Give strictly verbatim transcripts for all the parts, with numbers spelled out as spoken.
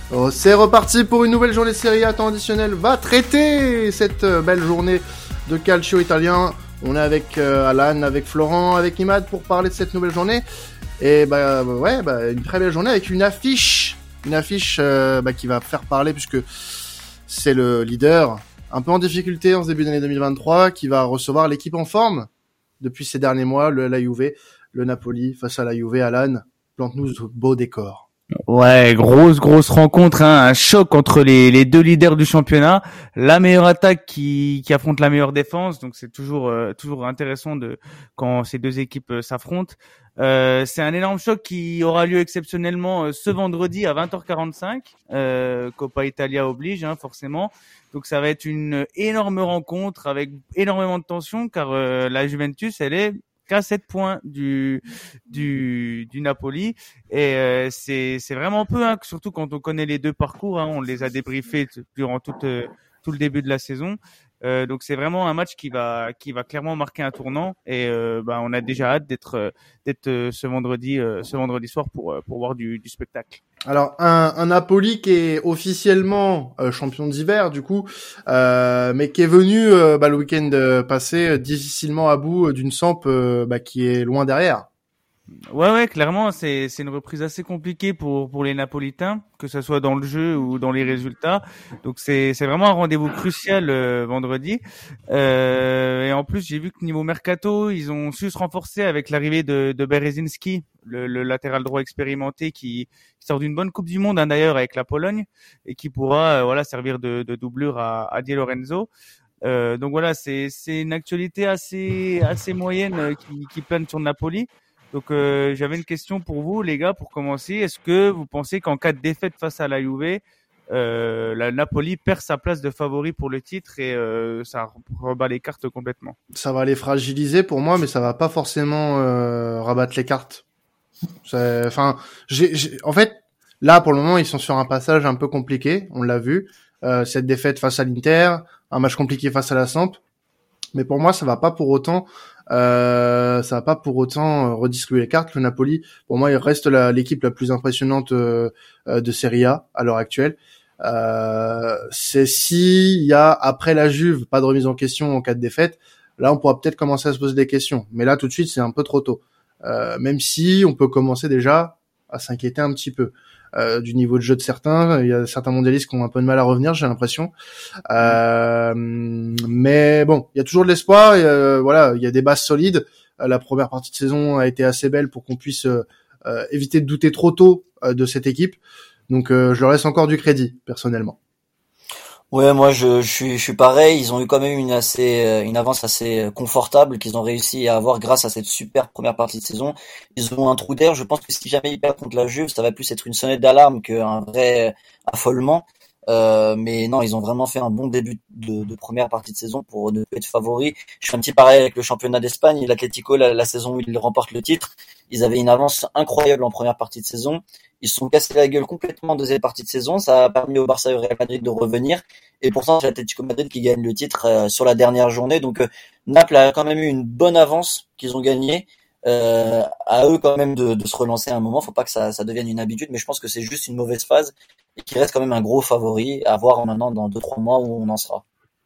Oh, c'est reparti pour une nouvelle journée Serie A. Temps additionnel va traiter cette belle journée de calcio italien. On est avec euh, Alan, avec Florent, avec Imad pour parler de cette nouvelle journée. Et bah ouais, bah, une très belle journée avec une affiche, une affiche euh, bah, qui va faire parler puisque c'est le leader un peu en difficulté en ce début d'année deux mille vingt-trois qui va recevoir l'équipe en forme depuis ces derniers mois, le, la Juve, le Napoli face à la Juve. Alan, plante-nous ce beau décor. Ouais, grosse grosse rencontre, hein, un choc entre les les deux leaders du championnat, la meilleure attaque qui qui affronte la meilleure défense, donc c'est toujours euh, toujours intéressant de quand ces deux équipes euh, s'affrontent. Euh, c'est un énorme choc qui aura lieu exceptionnellement euh, ce vendredi à vingt heures quarante-cinq, euh, Coppa Italia oblige, hein, forcément. Donc ça va être une énorme rencontre avec énormément de tension car euh, la Juventus, elle est qu'à sept points du du du Napoli et euh, c'est c'est vraiment peu, hein, surtout quand on connaît les deux parcours, hein, on les a débriefés durant toute euh, tout le début de la saison. Euh, donc c'est vraiment un match qui va qui va clairement marquer un tournant et euh, bah on a déjà hâte d'être d'être euh, ce vendredi euh, ce vendredi soir pour euh, pour voir du du spectacle. Alors un, un Napoli qui est officiellement euh, champion d'hiver du coup, euh, mais qui est venu euh, bah, le week-end euh, passé euh, difficilement à bout d'une Samp euh, bah, qui est loin derrière. Ouais, ouais, clairement, c'est c'est une reprise assez compliquée pour pour les Napolitains, que ce soit dans le jeu ou dans les résultats. Donc c'est c'est vraiment un rendez-vous crucial euh, vendredi. Euh, et en plus, j'ai vu que niveau mercato, ils ont su se renforcer avec l'arrivée de de Berezinski, le, le latéral droit expérimenté qui, qui sort d'une bonne Coupe du Monde, hein, d'ailleurs avec la Pologne et qui pourra euh, voilà servir de de doublure à à Di Lorenzo. Euh, donc voilà, c'est c'est une actualité assez assez moyenne euh, qui qui plane sur Napoli. Donc euh, j'avais une question pour vous les gars pour commencer. Est-ce que vous pensez qu'en cas de défaite face à la Juve, euh, la Napoli perd sa place de favori pour le titre et euh, ça rebat les cartes complètement? Ça va les fragiliser pour moi, mais ça va pas forcément euh, rabattre les cartes. Enfin, j'ai, j'ai, en fait, là pour le moment ils sont sur un passage un peu compliqué, on l'a vu. Euh, cette défaite face à l'Inter, un match compliqué face à la Samp, mais pour moi ça va pas pour autant. Euh, ça va pas pour autant redistribuer les cartes. Le Napoli, pour moi, il reste la, l'équipe la plus impressionnante euh, de Serie A à l'heure actuelle. Euh, c'est si il y a après la Juve pas de remise en question en cas de défaite, là on pourra peut-être commencer à se poser des questions. Mais là tout de suite c'est un peu trop tôt. Euh, même si on peut commencer déjà à s'inquiéter un petit peu. Euh, du niveau de jeu de certains, il y a certains mondialistes qui ont un peu de mal à revenir, j'ai l'impression. Euh, mais bon, il y a toujours de l'espoir. Et, euh, voilà, il y a des bases solides. Euh, la première partie de saison a été assez belle pour qu'on puisse euh, euh, éviter de douter trop tôt euh, de cette équipe. Donc, euh, je leur laisse encore du crédit, personnellement. Ouais, moi je, je suis je suis pareil, ils ont eu quand même une assez une avance assez confortable qu'ils ont réussi à avoir grâce à cette super première partie de saison. Ils ont un trou d'air, je pense que si jamais ils perdent contre la Juve, ça va plus être une sonnette d'alarme qu'un vrai affolement. Euh, mais non, ils ont vraiment fait un bon début de, de première partie de saison pour ne pas être favoris. Je fais un petit pareil avec le championnat d'Espagne, l'Atlético, la, la saison où ils remportent le titre. Ils avaient une avance incroyable en première partie de saison. Ils se sont cassés la gueule complètement en deuxième partie de saison. Ça a permis au Barça et au Real Madrid de revenir. Et pourtant, c'est l'Atlético Madrid qui gagne le titre euh, sur la dernière journée. Donc, euh, Naples a quand même eu une bonne avance qu'ils ont gagnée. Euh, à eux quand même de, de se relancer à un moment. Faut pas que ça, ça devienne une habitude, mais je pense que c'est juste une mauvaise phase et qu'il reste quand même un gros favori à voir maintenant dans deux trois mois où on en sera.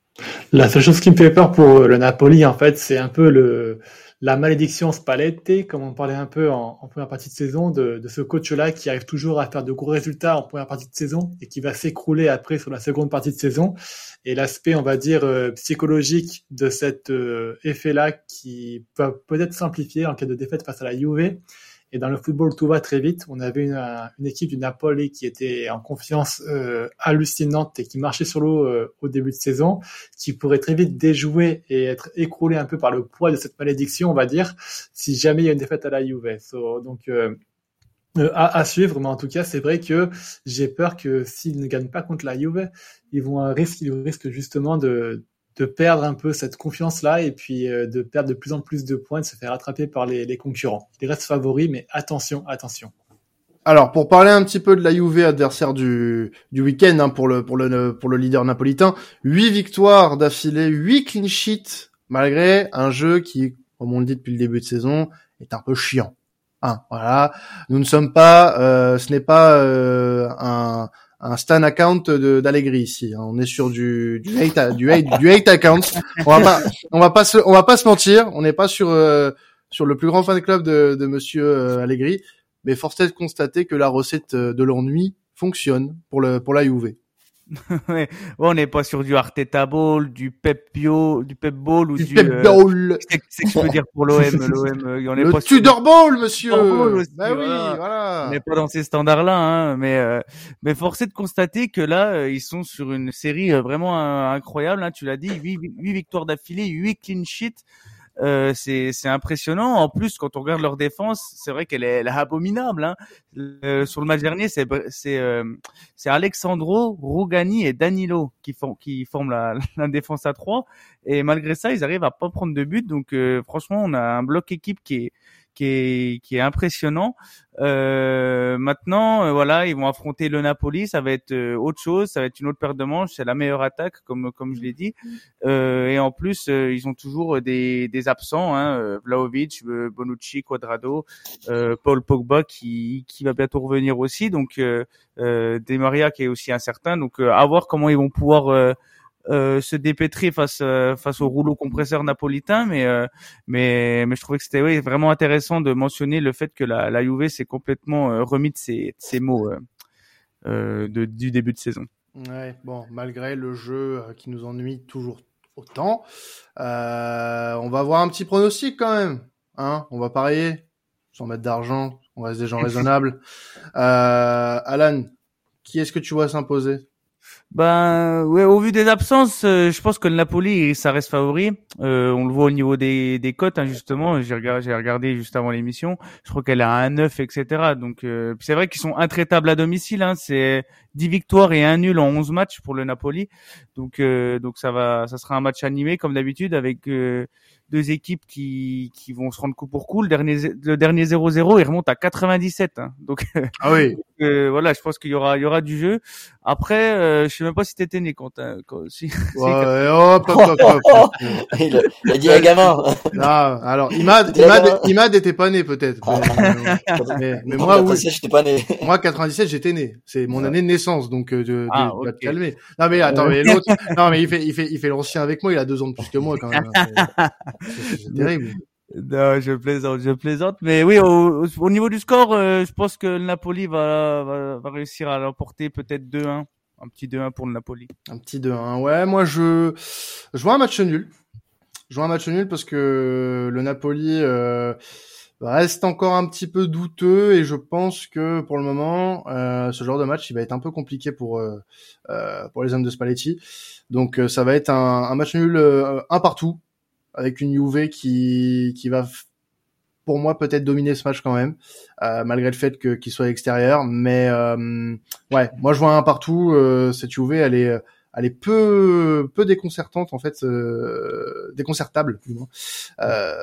La seule chose qui me fait peur pour le Napoli, en fait, c'est un peu le la malédiction Spalletti, comme on parlait un peu en, en première partie de saison, de, de ce coach-là qui arrive toujours à faire de gros résultats en première partie de saison et qui va s'écrouler après sur la seconde partie de saison. Et l'aspect, on va dire, euh, psychologique de cet euh, effet-là qui va peut-être s'amplifier en cas de défaite face à la Juve. Et dans le football, tout va très vite. On avait une, une équipe du Napoli qui était en confiance euh, hallucinante et qui marchait sur l'eau euh, au début de saison, qui pourrait très vite déjouer et être écroulé un peu par le poids de cette malédiction, on va dire, si jamais il y a une défaite à la Juve. So, donc, euh, euh, à, à suivre, mais en tout cas, c'est vrai que j'ai peur que s'ils ne gagnent pas contre la Juve, ils vont un risque, ils risquent justement de de perdre un peu cette confiance-là et puis euh, de perdre de plus en plus de points, de se faire rattraper par les, les concurrents. Ils restent favoris, mais attention, attention. Alors, pour parler un petit peu de la Juve, adversaire du du week-end, hein, pour le pour le pour le leader napolitain, huit victoires d'affilée, huit clean sheets, malgré un jeu qui, comme on le dit depuis le début de saison, est un peu chiant. Hein, voilà, nous ne sommes pas, euh, ce n'est pas euh, un un stan account de, d'Allegri ici. On est sur du du hate du hate du hate account. On va pas on va pas se on va pas se mentir. On n'est pas sur euh, sur le plus grand fan club de de Monsieur euh, Allegri, mais force est de constater que la recette de l'ennui fonctionne pour le pour la Juve. Ouais, on n'est pas sur du Arteta Ball, du Pep Bio, du Pep Ball ou du, du Pep euh, Ball. C'est ce que je peux dire pour l'O M. L'O M, euh, on est le pas sur Tudor Ball, monsieur. Tudor Ball aussi, bah oui, voilà. voilà. On n'est pas dans ces standards-là, hein, mais euh, mais force est de constater que là, euh, ils sont sur une série euh, vraiment euh, incroyable. Hein, tu l'as dit, huit, huit victoires d'affilée, huit clean sheets. Euh, c'est c'est impressionnant. En plus, quand on regarde leur défense, c'est vrai qu'elle est, elle est abominable. Hein. Euh, sur le match dernier, c'est c'est euh, c'est Alexandro, Rougani et Danilo qui font qui forment la, la défense à trois. Et malgré ça, ils arrivent à pas prendre de but. Donc euh, franchement, on a un bloc équipe qui est qui est qui est impressionnant. Euh, maintenant, euh, voilà, ils vont affronter le Napoli. Ça va être euh, autre chose. Ça va être une autre paire de manches. C'est la meilleure attaque, comme comme je l'ai dit. Euh, et en plus, euh, ils ont toujours des des absents. Hein, Vlahovic, Bonucci, Cuadrado, euh, Paul Pogba qui qui va bientôt revenir aussi. Donc, euh, euh, Di Maria qui est aussi incertain. Donc, euh, à voir comment ils vont pouvoir euh, Euh, se dépêtrer face euh, face au rouleau compresseur napolitain, mais euh, mais mais je trouvais que c'était oui, vraiment intéressant de mentionner le fait que la la Juve s'est complètement euh, remis de ses de ses mots euh, euh, de du début de saison. Ouais, bon, malgré le jeu euh, qui nous ennuie toujours autant, euh, on va avoir un petit pronostic quand même, hein. On va parier sans mettre d'argent, on reste des gens raisonnables. Euh, Alan, qui est-ce que tu vois s'imposer? Ben ouais, au vu des absences, euh, je pense que le Napoli ça reste favori. Euh, on le voit au niveau des des cotes, hein, justement. J'ai regardé, j'ai regardé juste avant l'émission. Je crois qu'elle est à un neuf, et cetera. Donc euh, c'est vrai qu'ils sont intraitables à domicile. Hein, c'est dix victoires et un nul en onze matchs pour le Napoli. Donc euh, donc ça va, ça sera un match animé comme d'habitude avec euh, deux équipes qui qui vont se rendre coup pour coup. Le dernier le dernier zéro zéro, il remonte à quatre-vingt-dix-sept. Hein. Donc ah oui. euh, voilà, je pense qu'il y aura il y aura du jeu. Après, euh, je sais même pas si t'étais né quand, quand si. Ouais, hop, hop, hop, hop. il, a, il a dit un gamin. Ah, alors Imad, Imad, Imad était pas né peut-être. Mais, mais, mais moi, oui. J'étais pas né. Moi, quatre-vingt-dix-sept, j'étais né. C'est mon année de naissance, donc euh, de, ah, de, okay. va te calmer. Non mais attends, mais l'autre, non mais il fait, il fait, il fait l'ancien avec moi. Il a deux ans de plus que moi quand même. C'est, c'est terrible. Non, je plaisante, je plaisante. Mais oui, au, au niveau du score, euh, je pense que le Napoli va, va, va réussir à l'emporter peut-être deux un. Un petit deux un pour le Napoli. Un petit deux un. Ouais, moi je, je vois un match nul. Je vois un match nul parce que le Napoli euh, reste encore un petit peu douteux et je pense que pour le moment, euh, ce genre de match, il va être un peu compliqué pour euh, euh, pour les hommes de Spalletti. Donc euh, ça va être un, un match nul euh, un partout avec une Juve qui qui va pour moi peut-être dominer ce match quand même, euh, malgré le fait que qu'il soit à l'extérieur. Mais euh, ouais, moi je vois un partout. Euh, cette Juve, elle est elle est peu peu déconcertante en fait, euh, déconcertable du moins. Euh,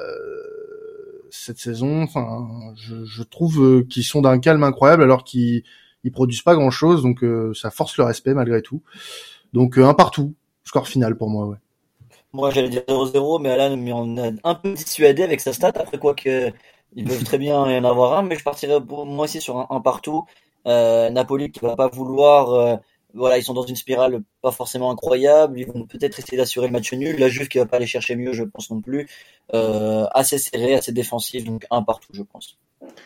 cette saison, enfin, je, je trouve qu'ils sont d'un calme incroyable alors qu'ils ils produisent pas grand chose, donc euh, ça force le respect malgré tout. Donc euh, un partout, score final pour moi, ouais. Moi, j'allais dire zéro zéro, mais Alan m'en a un peu dissuadé avec sa stat. Après quoi que, ils peuvent très bien y en avoir un, mais je partirais pour moi aussi sur un, un partout. Euh, Napoli qui va pas vouloir, euh, voilà, ils sont dans une spirale pas forcément incroyable. Ils vont peut-être essayer d'assurer le match nul. La Juve qui va pas aller chercher mieux, je pense non plus. Euh, assez serré, assez défensif, donc un partout, je pense.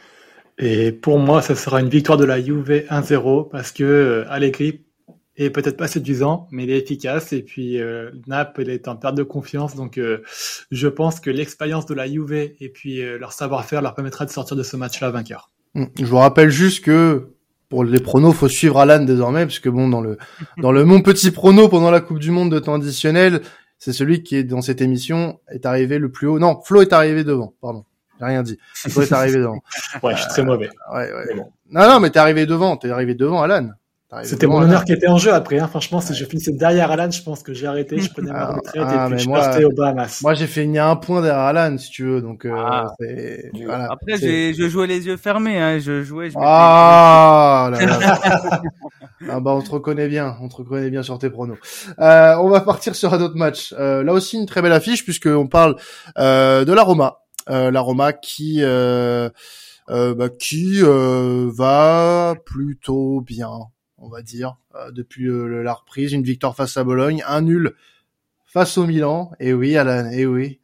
Et pour moi, ça sera une victoire de la Juve un zéro parce que euh, Allegri est peut-être pas séduisant, mais il est efficace. Et puis euh, Naples est en perte de confiance, donc euh, je pense que l'expérience de la Juve et puis euh, leur savoir-faire leur permettra de sortir de ce match-là vainqueur. Je vous rappelle juste que pour les pronos, faut suivre Alan désormais, parce que bon, dans le dans le mon petit prono pendant la Coupe du Monde de temps additionnel, c'est celui qui est dans cette émission est arrivé le plus haut. Non, Flo est arrivé devant. Pardon, j'ai rien dit. Flo est arrivé devant. Ouais, je suis très mauvais. Euh, ouais, ouais. Bon. Non, non, mais t'es arrivé devant. T'es arrivé devant, Alan. C'était mon honneur qui était en jeu après. Hein. Franchement, si ouais. je finissais derrière Alan, je pense que j'ai arrêté, je prenais ma retraite ah, et puis je moi, partais aux Bahamas. Moi, j'ai fait un point derrière Alan, si tu veux. Donc, euh, ah. c'est, voilà, après, j'ai, je jouais les yeux fermés. Hein. Je jouais. Je ah là là. Ah bah, on te reconnaît bien. On te reconnaît bien sur tes pronos. Euh, on va partir sur un autre match. Euh, là aussi, une très belle affiche puisqu'on parle euh, de la Roma. Euh, la Roma qui euh, euh, bah, qui euh, va plutôt bien. on va dire, euh, depuis euh, la reprise. Une victoire face à Bologne, un nul face au Milan. Et oui, Alan, et oui.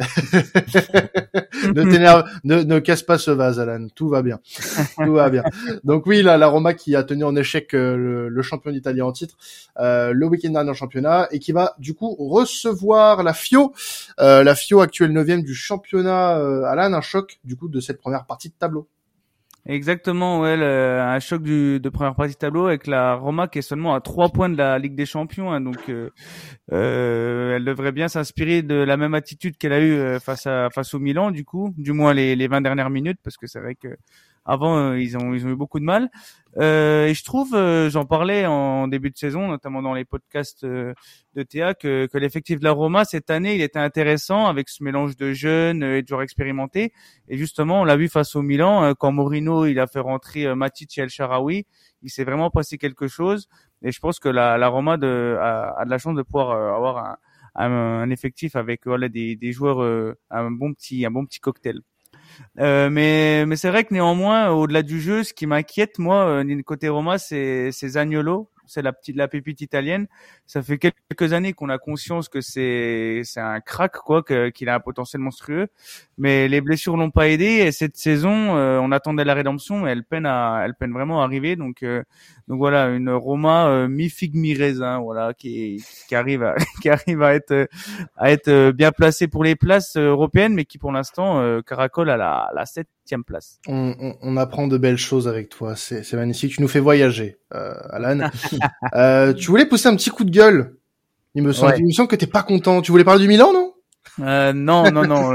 ne t'énerve, ne, ne casse pas ce vase, Alan. Tout va bien. Tout va bien. Donc oui, là, la Roma qui a tenu en échec euh, le, le champion d'Italie en titre euh, le week-end dernier en championnat et qui va du coup recevoir la Fio, euh, la Fio actuelle neuvième du championnat. Euh, Alan, un choc du coup de cette première partie de tableau. Exactement, ouais, le, un choc du, de première partie de tableau avec la Roma qui est seulement à trois points de la Ligue des Champions, hein, donc euh, euh, elle devrait bien s'inspirer de la même attitude qu'elle a eue face à face au Milan, du coup, du moins les, les vingt dernières minutes, parce que c'est vrai que avant euh, ils ont ils ont eu beaucoup de mal. Euh, et je trouve, euh, j'en parlais en début de saison, notamment dans les podcasts euh, de Théa, que, que l'effectif de la Roma cette année, il était intéressant avec ce mélange de jeunes et de joueurs expérimentés. Et justement, on l'a vu face au Milan, euh, quand Mourinho il a fait rentrer euh, Matic et El Shaarawy, il s'est vraiment passé quelque chose. Et je pense que la, la Roma de, a, a de la chance de pouvoir euh, avoir un, un, un effectif avec voilà des, des joueurs, euh, un bon petit un bon petit cocktail. Euh, mais mais c'est vrai que néanmoins, au-delà du jeu, ce qui m'inquiète moi, euh, côté Roma, c'est c'est Zaniolo, c'est la petite la pépite italienne. Ça fait quelques années qu'on a conscience que c'est c'est un crack quoi, que, qu'il a un potentiel monstrueux. Mais les blessures l'ont pas aidé et cette saison, euh, on attendait la rédemption, mais elle peine à elle peine vraiment à arriver. Donc euh, donc voilà, une Roma euh, mi figue mi raisin, voilà, qui qui arrive à qui arrive à être à être bien placée pour les places européennes, mais qui pour l'instant euh, caracole à la la septième place. On, on, on apprend de belles choses avec toi, c'est, c'est magnifique. Tu nous fais voyager, euh, Alan. euh, tu voulais pousser un petit coup de gueule. Il me semble, ouais. il me semble que t'es pas content. Tu voulais parler du Milan, non? Euh, non, non, non.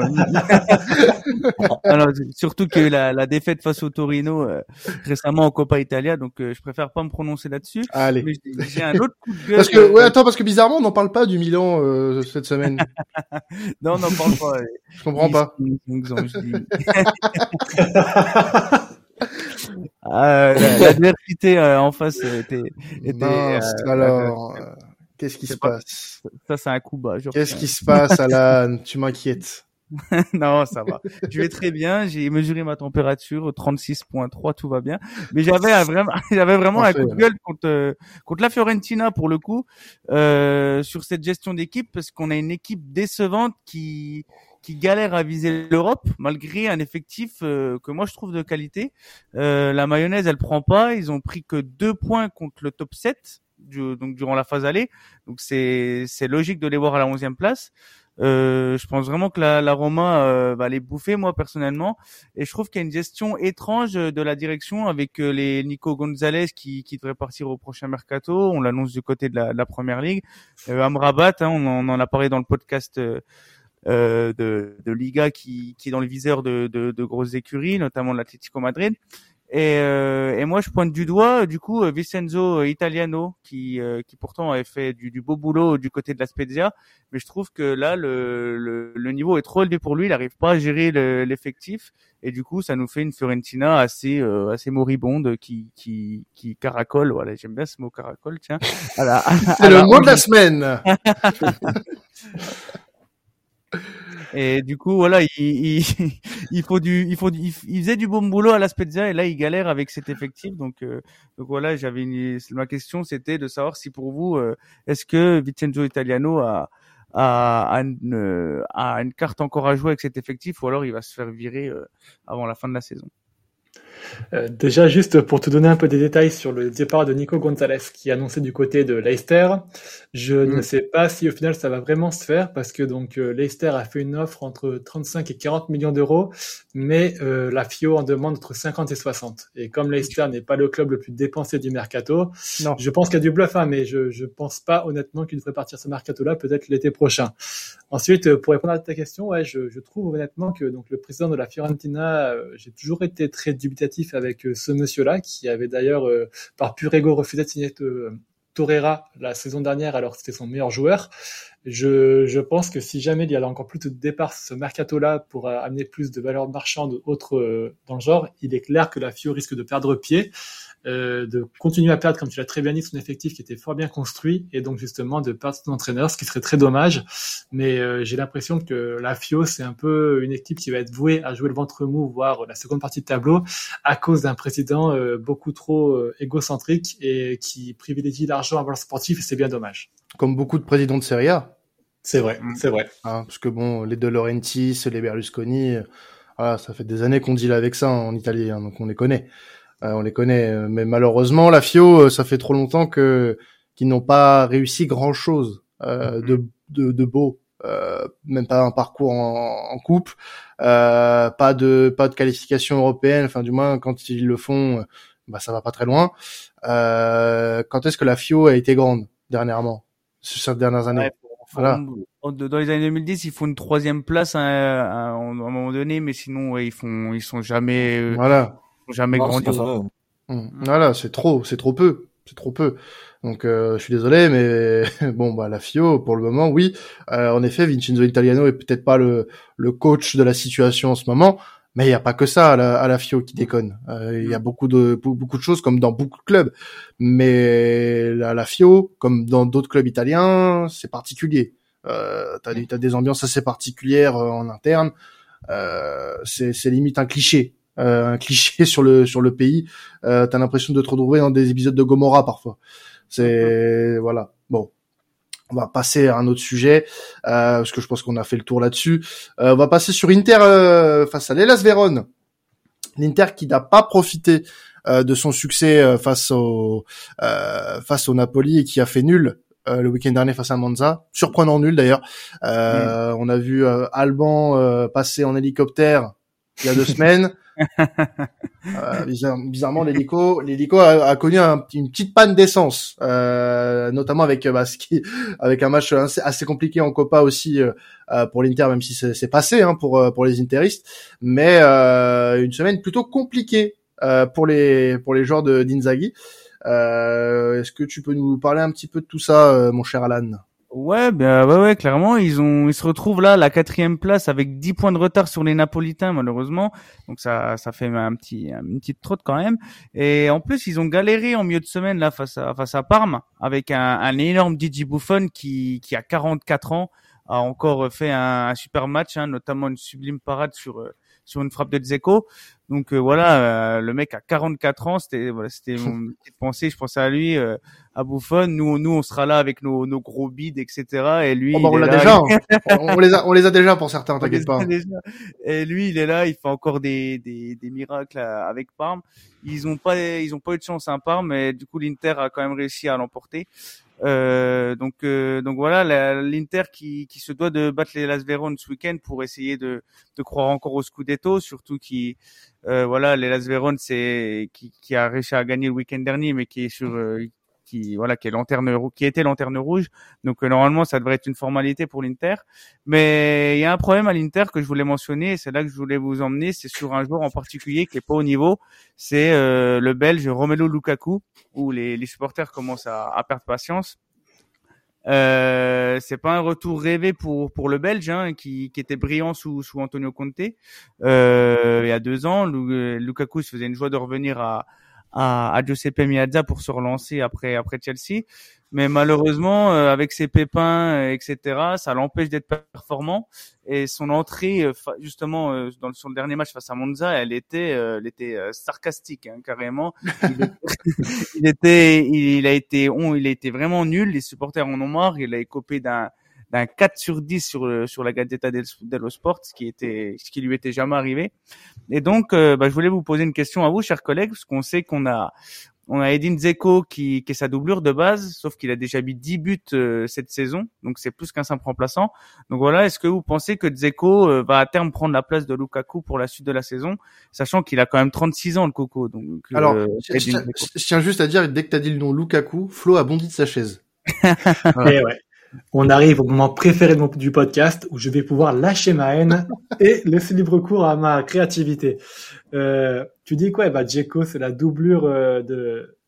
Alors, surtout que la, la défaite face au Torino euh, récemment en Coppa Italia, donc euh, je préfère pas me prononcer là-dessus. Allez. Mais j'ai, j'ai un autre coup de gueule. Parce que, ouais, attends, parce que bizarrement, on n'en parle pas du Milan euh, cette semaine. Non, on n'en parle pas. Je comprends pas. ah, l'adversité euh, en face était. était Mince, euh, alors. Euh, Qu'est-ce qui se pas... passe? Ça, c'est un coup bas. Qu'est-ce qui se passe, Alan? Tu m'inquiètes. Non, ça va. Je vais très bien. J'ai mesuré ma température, trente-six virgule trois, tout va bien. Mais j'avais un vraiment, j'avais vraiment Parfait, un coup de gueule contre euh, contre la Fiorentina pour le coup euh, sur cette gestion d'équipe parce qu'on a une équipe décevante qui qui galère à viser l'Europe malgré un effectif euh, que moi je trouve de qualité. Euh, la mayonnaise, elle prend pas. Ils ont pris que deux points contre le top sept. Du, donc durant la phase aller, donc c'est c'est logique de les voir à la onzième place. Euh, je pense vraiment que la, la Roma euh, va les bouffer moi personnellement, et je trouve qu'il y a une gestion étrange de la direction avec euh, les Nico Gonzalez qui qui devrait partir au prochain mercato. On l'annonce du côté de la, de la première ligue. Euh, Amrabat, hein, on, en, on en a parlé dans le podcast. Euh, Euh, de, de Liga qui, qui est dans le viseur de, de, de grosses écuries, notamment l'Atlético Madrid. Et, euh, et moi, je pointe du doigt, du coup, Vincenzo Italiano, qui, euh, qui pourtant avait fait du, du beau boulot du côté de la Spezia, mais je trouve que là, le, le, le niveau est trop élevé pour lui. Il n'arrive pas à gérer le, l'effectif, et du coup, ça nous fait une Fiorentina assez, euh, assez moribonde qui, qui, qui caracole. Voilà, j'aime bien ce mot caracole. Tiens, à la, à, c'est à le la... mot de la semaine. Et du coup, voilà, il, il, il faut du, il faut, du, il faisait du bon boulot à la Spezia et là, il galère avec cet effectif. Donc, euh, donc voilà, j'avais une, ma question, c'était de savoir si pour vous, euh, est-ce que Vincenzo Italiano a, a, a, une, a une carte encore à jouer avec cet effectif ou alors il va se faire virer euh, avant la fin de la saison? Euh, déjà, juste pour te donner un peu des détails sur le départ de Nico Gonzalez qui est annoncé du côté de Leicester, je mmh. ne sais pas si au final ça va vraiment se faire parce que donc euh, Leicester a fait une offre entre trente-cinq et quarante millions d'euros, mais euh, la Fio en demande entre cinquante et soixante. Et comme Leicester n'est pas le club le plus dépensé du mercato, non. je pense qu'il y a du bluff, hein, mais je je pense pas honnêtement qu'il devrait partir ce mercato-là, peut-être l'été prochain. Ensuite, pour répondre à ta question, ouais, je, je trouve honnêtement que donc le président de la Fiorentina, euh, j'ai toujours été très dubitatif avec euh, ce monsieur-là, qui avait d'ailleurs euh, par pur ego refusé de signer euh, Torreira la saison dernière, alors que c'était son meilleur joueur. Je, je pense que si jamais il y a encore plus de départs ce mercato-là pour euh, amener plus de valeur marchande autres euh, dans le genre, il est clair que la Fio risque de perdre pied. euh, de continuer à perdre, comme tu l'as très bien dit, son effectif qui était fort bien construit, et donc justement de perdre son entraîneur, ce qui serait très dommage. Mais euh, j'ai l'impression que la Fio, c'est un peu une équipe qui va être vouée à jouer le ventre mou, voire la seconde partie de tableau, à cause d'un président euh, beaucoup trop euh, égocentrique et qui privilégie l'argent avant le sportif, et c'est bien dommage. Comme beaucoup de présidents de Serie A. C'est vrai, c'est vrai. Hein, parce que bon, les De Laurentiis, les Berlusconi, euh, voilà, ça fait des années qu'on deal avec ça en Italie, hein, donc on les connaît. Euh, on les connaît, mais malheureusement, la Fio, ça fait trop longtemps que qu'ils n'ont pas réussi grand-chose euh, de, de, de beau. Euh, même pas un parcours en, en coupe, euh, pas de pas de qualification européenne. Enfin, du moins, quand ils le font, bah ça va pas très loin. Euh, quand est-ce que la Fio a été grande dernièrement, ces dernières années? Ouais, voilà. Dans les années deux mille dix, ils font une troisième place à, à, à un moment donné, mais sinon, ouais, ils font, ils sont jamais, euh, voilà, ils sont jamais grandis. Mmh. Voilà, c'est trop, c'est trop peu, c'est trop peu. Donc, euh, je suis désolé, mais bon, bah la Fio, pour le moment, oui. Euh, en effet, Vincenzo Italiano est peut-être pas le le coach de la situation en ce moment, mais il y a pas que ça à la, à la Fio qui déconne. Euh, il y a beaucoup de beaucoup de choses comme dans beaucoup de clubs, mais la, la Fio, comme dans d'autres clubs italiens, c'est particulier. Euh, t'as des, t'as des ambiances assez particulières euh, en interne. Euh, c'est, c'est limite un cliché, euh, un cliché sur le sur le pays. Euh, t'as l'impression de te retrouver dans des épisodes de Gomorrah parfois. C'est voilà. Bon, on va passer à un autre sujet euh, parce que je pense qu'on a fait le tour là-dessus. Euh, on va passer sur Inter euh, face à l'Hellas Vérone. L'Inter qui n'a pas profité euh, de son succès euh, face au euh, face au Napoli et qui a fait nul. Euh, le week-end dernier face à Monza, surprenant nul d'ailleurs. Euh, mmh. On a vu euh, Alban euh, passer en hélicoptère il y a deux semaines. euh, bizarre, bizarrement, l'hélico, l'hélico a, a connu un, une petite panne d'essence, euh, notamment avec bah, ce qui, avec un match assez, assez compliqué en Copa aussi euh, pour l'Inter, même si c'est, c'est passé hein, pour pour les interistes, mais euh, une semaine plutôt compliquée euh, pour les pour les joueurs de d'Inzaghi. Euh, est-ce que tu peux nous parler un petit peu de tout ça, euh, mon cher Alan? Ouais, ben ouais, ouais, clairement, ils ont, ils se retrouvent là, à la quatrième place, avec dix points de retard sur les Napolitains, malheureusement. Donc ça, ça fait un petit, une petite trotte quand même. Et en plus, ils ont galéré en milieu de semaine là face à, face à Parme, avec un, un énorme Gigi Buffon qui, qui a quarante-quatre ans, a encore fait un, un super match, hein, notamment une sublime parade sur, sur une frappe de Dzeko. Donc euh, voilà, euh, le mec a quarante-quatre ans, c'était voilà, c'était mon petite pensée, je pensais à lui, euh, à Buffon. Nous, nous, on sera là avec nos, nos gros bides, et cetera. Et lui, oh bah, on il l'a est déjà, là, hein. on les a, on les a déjà pour certains, t'inquiète pas. Déjà. Et lui, il est là, il fait encore des, des, des miracles avec Parme. Ils ont pas, ils ont pas eu de chance à Parme, mais du coup, l'Inter a quand même réussi à l'emporter. Euh, donc, euh, donc voilà, la, l'Inter qui, qui se doit de battre les Hellas Vérone ce week-end pour essayer de, de croire encore au Scudetto, surtout qui, euh, voilà, les Hellas Vérone, c'est qui, qui a réussi à gagner le week-end dernier, mais qui est sur, euh, qui, voilà, qui est lanterne, qui était lanterne rouge. Donc euh, normalement, ça devrait être une formalité pour l'Inter. Mais il y a un problème à l'Inter que je voulais mentionner, et c'est là que je voulais vous emmener, c'est sur un joueur en particulier qui est pas au niveau, c'est euh, le Belge Romelu Lukaku, où les, les supporters commencent à, à perdre patience. Euh, c'est pas un retour rêvé pour pour le Belge, hein, qui qui était brillant sous sous Antonio Conte euh, il y a deux ans. Lukaku se faisait une joie de revenir à à, à Giuseppe Meazza pour se relancer après après Chelsea, mais malheureusement euh, avec ses pépins euh, et cetera, ça l'empêche d'être performant. Et son entrée euh, justement euh, dans sur le dernier match face à Monza, elle était euh, elle était euh, sarcastique, hein, carrément. Il, il était il a été on il a été vraiment nul. Les supporters en ont marre. Il a écopé d'un d'un quatre sur dix sur le, sur la Gazzetta dello Sport, ce qui était ce qui lui était jamais arrivé. Et donc euh, bah, je voulais vous poser une question à vous, chers collègues, parce qu'on sait qu'on a on a Edin Dzeko qui, qui est sa doublure de base, sauf qu'il a déjà mis dix buts euh, cette saison, donc c'est plus qu'un simple remplaçant. Donc voilà, est-ce que vous pensez que Dzeko euh, va à terme prendre la place de Lukaku pour la suite de la saison, sachant qu'il a quand même trente-six ans, le Coco. Donc euh, alors, je, je, je tiens juste à dire, dès que t'as dit le nom Lukaku, Flo a bondi de sa chaise. Voilà. Et ouais. On arrive au moment préféré de mon, du podcast où je vais pouvoir lâcher ma haine et laisser libre cours à ma créativité. Euh, tu dis quoi? Bah, Dzeko, c'est la doublure euh, de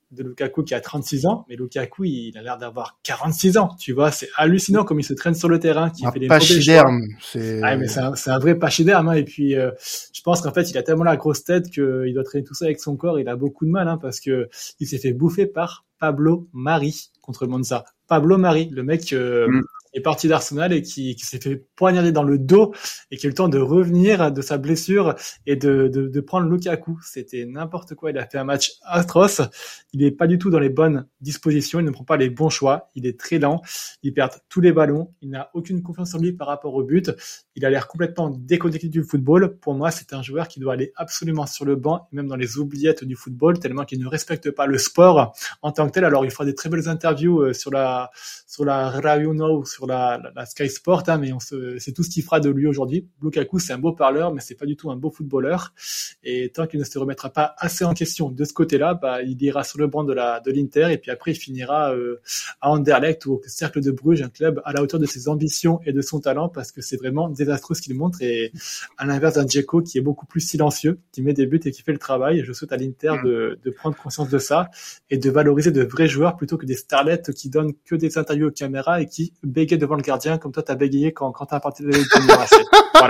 de Lukaku qui a trente-six ans, mais Lukaku, il a l'air d'avoir quarante-six ans, tu vois, c'est hallucinant comme il se traîne sur le terrain, qui un fait des mauvais choix. pachyderme, c'est... Ah, mais c'est un, c'est un vrai pachyderme, hein, et puis, euh, je pense qu'en fait, il a tellement la grosse tête qu'il doit traîner tout ça avec son corps, il a beaucoup de mal, hein, parce que il s'est fait bouffer par Pablo Mari contre Monza. Pablo Mari, le mec, euh, mm. est parti d'Arsenal et qui, qui s'est fait poignarder dans le dos et qui a eu le temps de revenir de sa blessure et de, de, de prendre Lukaku. C'était n'importe quoi. Il a fait un match atroce. Il est pas du tout dans les bonnes dispositions. Il ne prend pas les bons choix. Il est très lent. Il perd tous les ballons. Il n'a aucune confiance en lui par rapport au but. Il a l'air complètement déconnecté du football. Pour moi, c'est un joueur qui doit aller absolument sur le banc et même dans les oubliettes du football, tellement qu'il ne respecte pas le sport en tant que tel. Alors, il fera des très belles interviews sur la, sur la Radio Now, sur la, la, la Sky Sport, hein, mais on se, c'est tout ce qu'il fera de lui aujourd'hui. Lukaku, c'est un beau parleur, mais c'est pas du tout un beau footballeur. Et tant qu'il ne se remettra pas assez en question de ce côté-là, bah, il ira sur le banc de la, de l'Inter, et puis après, il finira, euh, à Anderlecht ou au Cercle de Bruges, un club à la hauteur de ses ambitions et de son talent, parce que c'est vraiment désastreux ce qu'il montre, et à l'inverse d'un Dzeko qui est beaucoup plus silencieux, qui met des buts et qui fait le travail. Je souhaite à l'Inter de, de prendre conscience de ça et de valoriser de vrais joueurs plutôt que des starlets qui donnent que des interviews aux caméras et qui bégayent devant le gardien comme toi t'as bégayé quand, quand t'as parti de l'élimination. Voilà.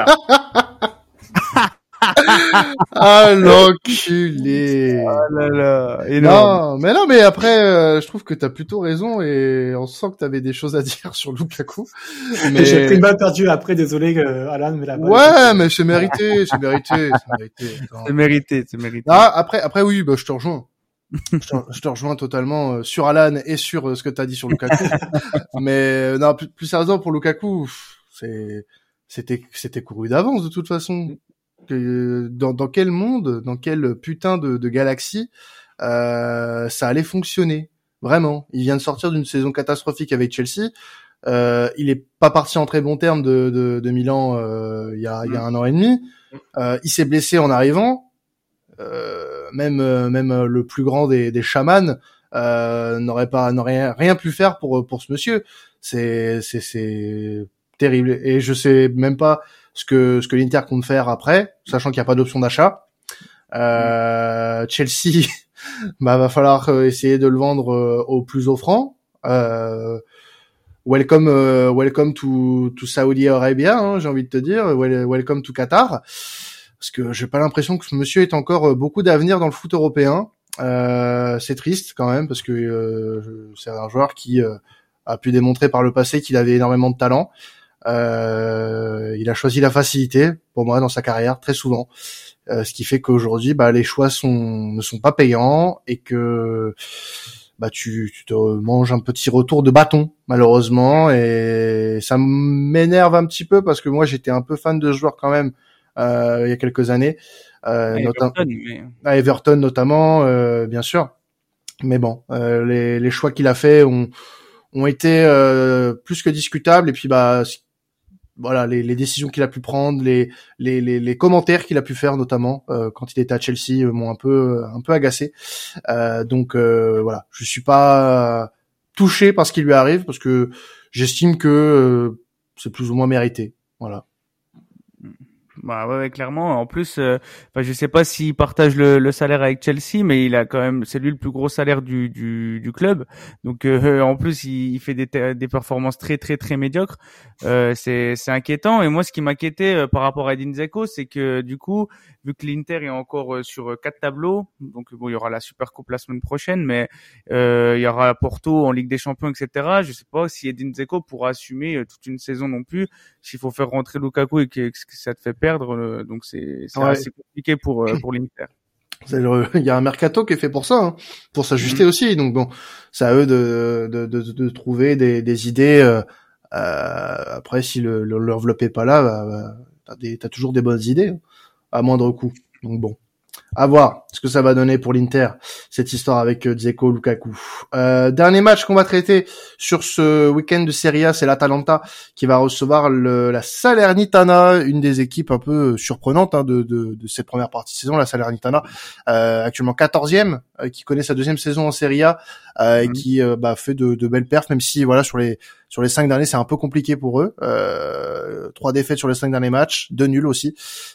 Ah l'enculé. Oh là là, énorme. Non, mais non, mais après, euh, je trouve que t'as plutôt raison et on sent que t'avais des choses à dire sur Lukaku. Mais j'ai pris une balle perdue après, désolé, euh, Alan, mais la balle. Ouais, mais c'est mérité, c'est mérité, c'est mérité. C'est mérité, c'est mérité. Ah, après, après oui, bah je te rejoins. je, te, je te rejoins totalement euh, sur Alan et sur euh, ce que t'as dit sur Lukaku. Mais euh, non, plus, plus sérieusement pour Lukaku, c'est c'était c'était couru d'avance de toute façon. Que, dans, dans quel monde, dans quel putain de, de galaxie, euh, ça allait fonctionner. Vraiment. Il vient de sortir d'une saison catastrophique avec Chelsea. Euh, il est pas parti en très bon terme de, de, de Milan euh, il y a, il y a un an et demi. Euh, il s'est blessé en arrivant. Euh, même, même le plus grand des, des chamans euh, n'aurait pas, n'aurait rien pu faire pour pour ce monsieur. C'est, c'est, c'est terrible. Et je sais même pas ce que ce que l'Inter compte faire après, sachant qu'il n'y a pas d'option d'achat. Euh, Chelsea, bah va falloir essayer de le vendre au plus offrant. Euh, welcome, uh, welcome to to Saudi Arabia, hein, j'ai envie de te dire. Welcome to Qatar, parce que j'ai pas l'impression que ce monsieur ait encore beaucoup d'avenir dans le foot européen. Euh, c'est triste quand même, parce que euh, c'est un joueur qui euh, a pu démontrer par le passé qu'il avait énormément de talent. Euh, il a choisi la facilité pour moi dans sa carrière très souvent, euh, ce qui fait qu'aujourd'hui bah les choix sont ne sont pas payants et que bah tu, tu te manges un petit retour de bâton malheureusement, et ça m'énerve un petit peu parce que moi j'étais un peu fan de ce joueur quand même euh, il y a quelques années, euh, à Everton, notam- mais... à Everton notamment euh, bien sûr, mais bon euh, les, les choix qu'il a fait ont ont été euh, plus que discutables, et puis bah voilà, les, les décisions qu'il a pu prendre, les les les, les commentaires qu'il a pu faire notamment euh, quand il était à Chelsea euh, m'ont un peu un peu agacé. Euh, donc euh, voilà, je suis pas euh, touché par ce qui lui arrive parce que j'estime que euh, c'est plus ou moins mérité. Voilà. Bah ouais, ouais, clairement. En plus, euh, enfin, je sais pas s'il partage le, le salaire avec Chelsea, mais il a quand même, c'est lui le plus gros salaire du du, du club. Donc euh, en plus, il, il fait des des performances très très très médiocres. Euh, c'est c'est inquiétant. Et moi, ce qui m'inquiétait euh, par rapport à Edin Dzeko, c'est que du coup, vu que l'Inter est encore euh, sur quatre tableaux, donc bon, il y aura la Supercoupe la semaine prochaine, mais euh, il y aura Porto en Ligue des Champions, et cetera. Je sais pas si Edin Dzeko pourra assumer euh, toute une saison non plus. S'il faut faire rentrer Lukaku et que, que ça te fait perdre. Donc c'est, c'est ouais. assez compliqué pour pour l'Inter. C'est le, il y a un mercato qui est fait pour ça, hein, pour s'ajuster mmh. aussi. Donc bon, c'est à eux de de de, de trouver des des idées. Euh, après, si le, le l'enveloppe est pas là, bah, bah, t'as des t'as toujours des bonnes idées hein, à moindre coût. Donc bon, à voir ce que ça va donner pour l'Inter, cette histoire avec Dzeko, Lukaku. Euh, dernier match qu'on va traiter sur ce week-end de Serie A, c'est l'Atalanta qui va recevoir le, la Salernitana, une des équipes un peu surprenantes hein, de, de, de cette première partie de saison. La Salernitana, euh, actuellement quatorzième, euh, qui connaît sa deuxième saison en Serie A euh, mmh. et qui euh, bah, fait de, de belles perfs, même si voilà sur les Sur les cinq derniers, c'est un peu compliqué pour eux. Euh, trois défaites sur les cinq derniers matchs, deux nuls aussi.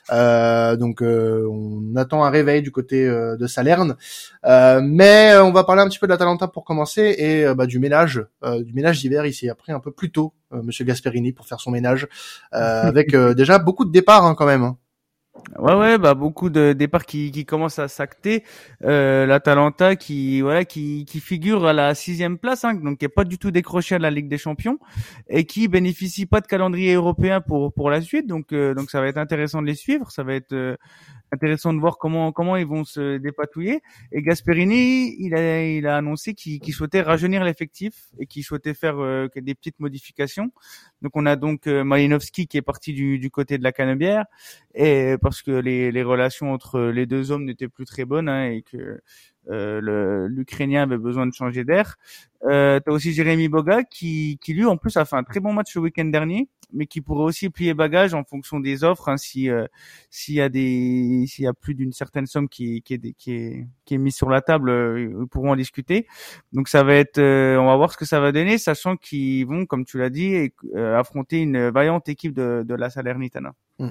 Euh, donc, euh, on attend un réveil du côté euh, de Salerne. Euh, mais on va parler un petit peu de l'Atalanta pour commencer et euh, bah, du ménage, euh, du ménage d'hiver. Il s'est appris un peu plus tôt, euh, Monsieur Gasperini, pour faire son ménage, euh, avec euh, déjà beaucoup de départs hein, quand même. Hein. Ouais ouais bah beaucoup de départs qui qui commencent à s'acter. Euh, L'Atalanta qui voilà qui qui figure à la sixième place, hein, donc qui est pas du tout décroché à la Ligue des Champions et qui bénéficie pas de calendrier européen pour pour la suite. Donc euh, donc ça va être intéressant de les suivre. Ça va être euh, intéressant de voir comment comment ils vont se dépatouiller. Et Gasperini, il a il a annoncé qu'il qu'il souhaitait rajeunir l'effectif et qu'il souhaitait faire euh, des petites modifications. Donc on a donc euh, Malinowski qui est parti du du côté de la Canebière et parce que les les relations entre les deux hommes n'étaient plus très bonnes hein, et que euh, le l'Ukrainien avait besoin de changer d'air. Euh, t'as aussi Jérémy Boga qui qui lui en plus a fait un très bon match le week-end dernier, mais qui pourrait aussi plier bagage en fonction des offres hein, si euh, s'il y a des s'il y a plus d'une certaine somme qui qui est qui est qui est mise sur la table, euh, ils pourront en discuter. Donc ça va être euh, on va voir ce que ça va donner, sachant qu'ils vont, comme tu l'as dit, euh, affronter une vaillante équipe de de la Salernitana. Et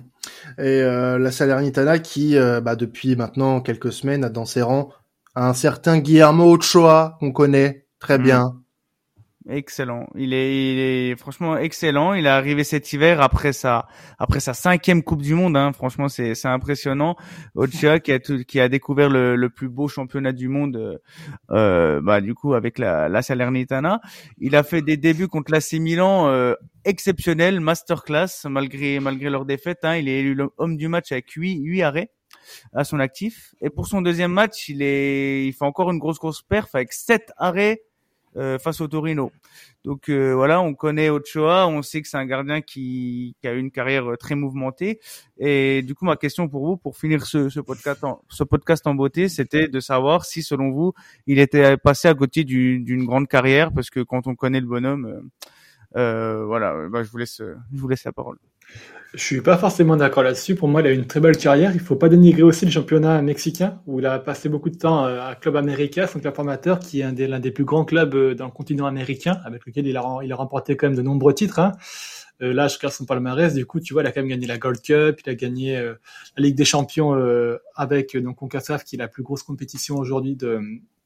euh, la Salernitana qui euh, bah, depuis maintenant quelques semaines a dans ses rangs un certain Guillermo Ochoa qu'on connaît très Mmh. bien. Excellent. Il est, il est franchement excellent. Il est arrivé cet hiver après sa, après sa cinquième Coupe du Monde. Hein. Franchement, c'est, c'est impressionnant. Ochoa qui a tout, qui a découvert le, le plus beau championnat du monde. Euh, bah du coup avec la, la Salernitana, il a fait des débuts contre l'A C Milan euh, exceptionnels, masterclass malgré malgré leur défaite. Hein. Il est élu l'homme du match avec huit huit arrêts à son actif. Et pour son deuxième match, il est, il fait encore une grosse grosse perf avec sept arrêts. Euh, face au Torino. Donc euh, voilà, on connaît Ochoa, on sait que c'est un gardien qui, qui a une carrière très mouvementée. Et du coup, ma question pour vous, pour finir ce, ce podcast en, ce podcast en beauté, c'était de savoir si, selon vous, il était passé à côté du, d'une grande carrière, parce que quand on connaît le bonhomme, euh, euh, voilà, bah, je vous laisse, je vous laisse la parole. Je suis pas forcément d'accord là-dessus. Pour moi, il a eu une très belle carrière. Il faut pas dénigrer aussi le championnat mexicain, où il a passé beaucoup de temps à Club América, son club formateur, qui est un des, l'un des plus grands clubs dans le continent américain, avec lequel il a, il a remporté quand même de nombreux titres. Hein. Euh, là, je regarde son palmarès. Du coup, tu vois, il a quand même gagné la Gold Cup, il a gagné euh, la Ligue des Champions euh, avec donc CONCACAF, qui est la plus grosse compétition aujourd'hui de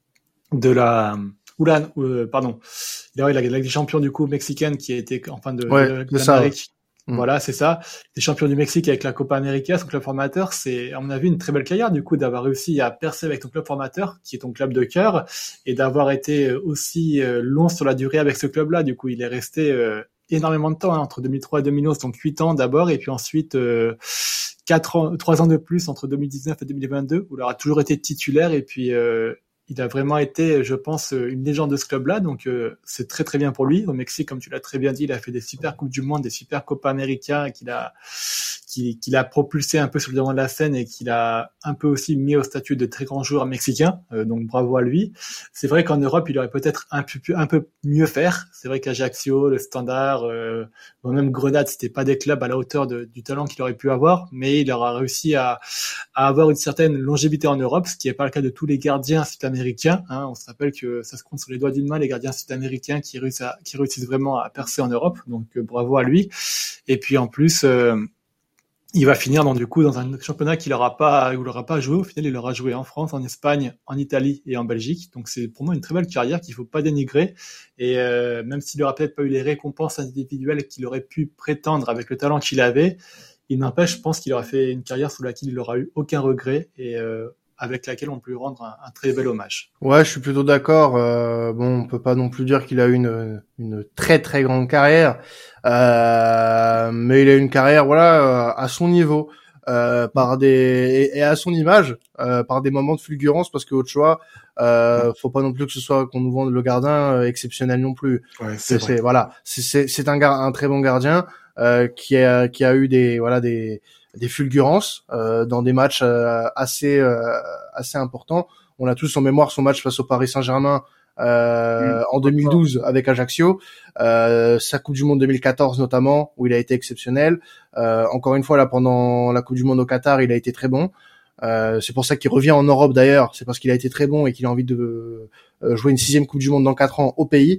de la Oula, euh, pardon. Il a, il a la Ligue des Champions du coup mexicaine, qui a été enfin de, ouais, de, de, de l'Amérique. Mmh. Voilà, c'est ça. Les champions du Mexique avec la Copa América, son club formateur, c'est, à mon avis, une très belle carrière, du coup, d'avoir réussi à percer avec ton club formateur, qui est ton club de cœur, et d'avoir été aussi long sur la durée avec ce club-là. Du coup, il est resté euh, énormément de temps, hein, entre deux mille trois et deux mille onze, donc huit ans d'abord, et puis ensuite euh, quatre ans, trois ans de plus entre deux mille dix-neuf et deux mille vingt-deux, où il aura toujours été titulaire, et puis euh, il a vraiment été, je pense, une légende de ce club-là, donc euh, c'est très très bien pour lui. Au Mexique, comme tu l'as très bien dit, il a fait des super Coupes du Monde, des super Copa América, qu'il a, qu'il, qu'il a propulsé un peu sur le devant de la scène et qu'il a un peu aussi mis au statut de très grand joueur mexicain, euh, donc bravo à lui. C'est vrai qu'en Europe, il aurait peut-être un peu, un peu mieux faire. C'est vrai qu'Ajaccio, le Standard, euh, même Grenade, c'était pas des clubs à la hauteur de, du talent qu'il aurait pu avoir, mais il aura réussi à, à avoir une certaine longévité en Europe, ce qui n'est pas le cas de tous les gardiens sud-américains. Hein. On se rappelle que ça se compte sur les doigts d'une main les gardiens sud-américains qui réussissent, à, qui réussissent vraiment à percer en Europe, donc euh, bravo à lui. Et puis en plus, euh, il va finir dans, du coup, dans un championnat qu'il n'aura pas, où il n'aura pas joué. Au final, il aura joué en France, en Espagne, en Italie et en Belgique. Donc c'est pour moi une très belle carrière qu'il ne faut pas dénigrer. Et euh, même s'il n'aura peut-être pas eu les récompenses individuelles qu'il aurait pu prétendre avec le talent qu'il avait, il n'empêche, je pense qu'il aura fait une carrière sous laquelle il n'aura eu aucun regret et euh, avec laquelle on peut lui rendre un, un très bel hommage. Ouais, je suis plutôt d'accord. Euh, bon, on peut pas non plus dire qu'il a eu une, une très très grande carrière, euh, mais il a eu une carrière, voilà, à son niveau, euh, par des et, et à son image, euh, par des moments de fulgurance, parce que Ochoa, euh, faut pas non plus que ce soit qu'on nous vende le gardien euh, exceptionnel non plus. Ouais, c'est, c'est, c'est voilà, c'est, c'est c'est un gar- un très bon gardien euh, qui a qui a eu des voilà des des fulgurances euh, dans des matchs euh, assez euh, assez importants. On a tous en mémoire son match face au Paris Saint-Germain euh, mmh, en deux mille douze avec Ajaccio, euh, sa Coupe du Monde deux mille quatorze notamment, où il a été exceptionnel. Euh, encore une fois, là, pendant la Coupe du Monde au Qatar, il a été très bon. Euh, c'est pour ça qu'il revient en Europe d'ailleurs, c'est parce qu'il a été très bon et qu'il a envie de euh, jouer une sixième Coupe du Monde dans quatre ans au pays.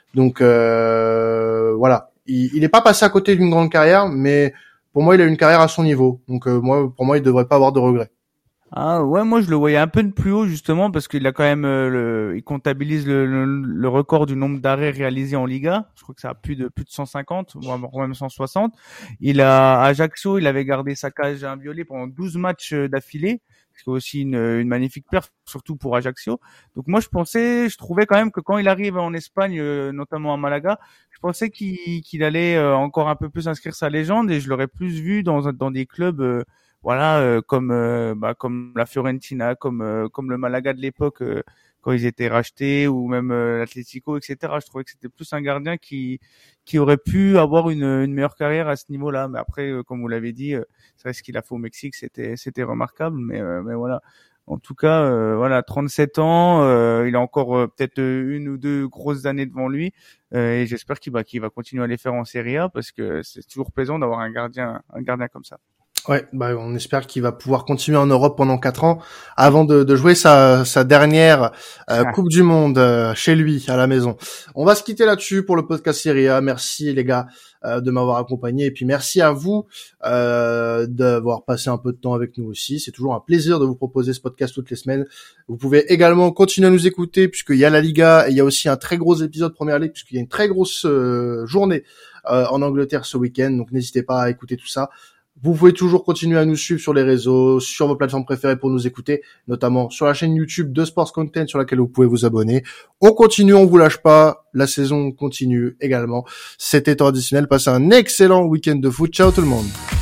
Donc euh, voilà, il, il est pas passé à côté d'une grande carrière, mais pour moi, il a une carrière à son niveau. Donc euh, moi, pour moi, il devrait pas avoir de regrets. Ah ouais, moi je le voyais un peu de plus haut justement parce qu'il a quand même euh, le, il comptabilise le, le, le record du nombre d'arrêts réalisés en Liga. Je crois que ça a plus de plus de cent cinquante, voire même cent soixante. Il a à Ajaccio, il avait gardé sa cage inviolée pendant douze matchs d'affilée, c'est aussi une, une magnifique perf, surtout pour Ajaccio. Donc moi je pensais, je trouvais quand même que quand il arrive en Espagne, euh, notamment à Malaga, je pensais qu'il, qu'il allait euh, encore un peu plus inscrire sa légende et je l'aurais plus vu dans dans des clubs. Euh, Voilà, euh, comme euh, bah, comme la Fiorentina, comme euh, comme le Malaga de l'époque euh, quand ils étaient rachetés, ou même euh, l'Atlético, et cetera. Je trouvais que c'était plus un gardien qui qui aurait pu avoir une une meilleure carrière à ce niveau-là. Mais après, euh, comme vous l'avez dit, euh, c'est vrai ce qu'il a fait au Mexique, c'était c'était remarquable. Mais euh, mais voilà. En tout cas, euh, voilà, trente-sept ans, euh, il a encore euh, peut-être une ou deux grosses années devant lui, euh, et j'espère qu'il va qu'il va continuer à les faire en Serie A parce que c'est toujours plaisant d'avoir un gardien un gardien comme ça. Ouais, bah on espère qu'il va pouvoir continuer en Europe pendant quatre ans avant de, de jouer sa, sa dernière euh, Coupe du Monde euh, chez lui à la maison. On va se quitter là-dessus pour le podcast Serie A. Merci les gars euh, de m'avoir accompagné et puis merci à vous euh, d'avoir passé un peu de temps avec nous aussi. C'est toujours un plaisir de vous proposer ce podcast toutes les semaines. Vous pouvez également continuer à nous écouter puisqu'il y a la Liga et il y a aussi un très gros épisode Première Ligue puisqu'il y a une très grosse euh, journée euh, en Angleterre ce week-end. Donc n'hésitez pas à écouter tout ça. Vous pouvez toujours continuer à nous suivre sur les réseaux, sur vos plateformes préférées pour nous écouter, notamment sur la chaîne YouTube de Sports Content sur laquelle vous pouvez vous abonner. On continue, on vous lâche pas. La saison continue également. C'était traditionnel. Passez un excellent week-end de foot. Ciao tout le monde.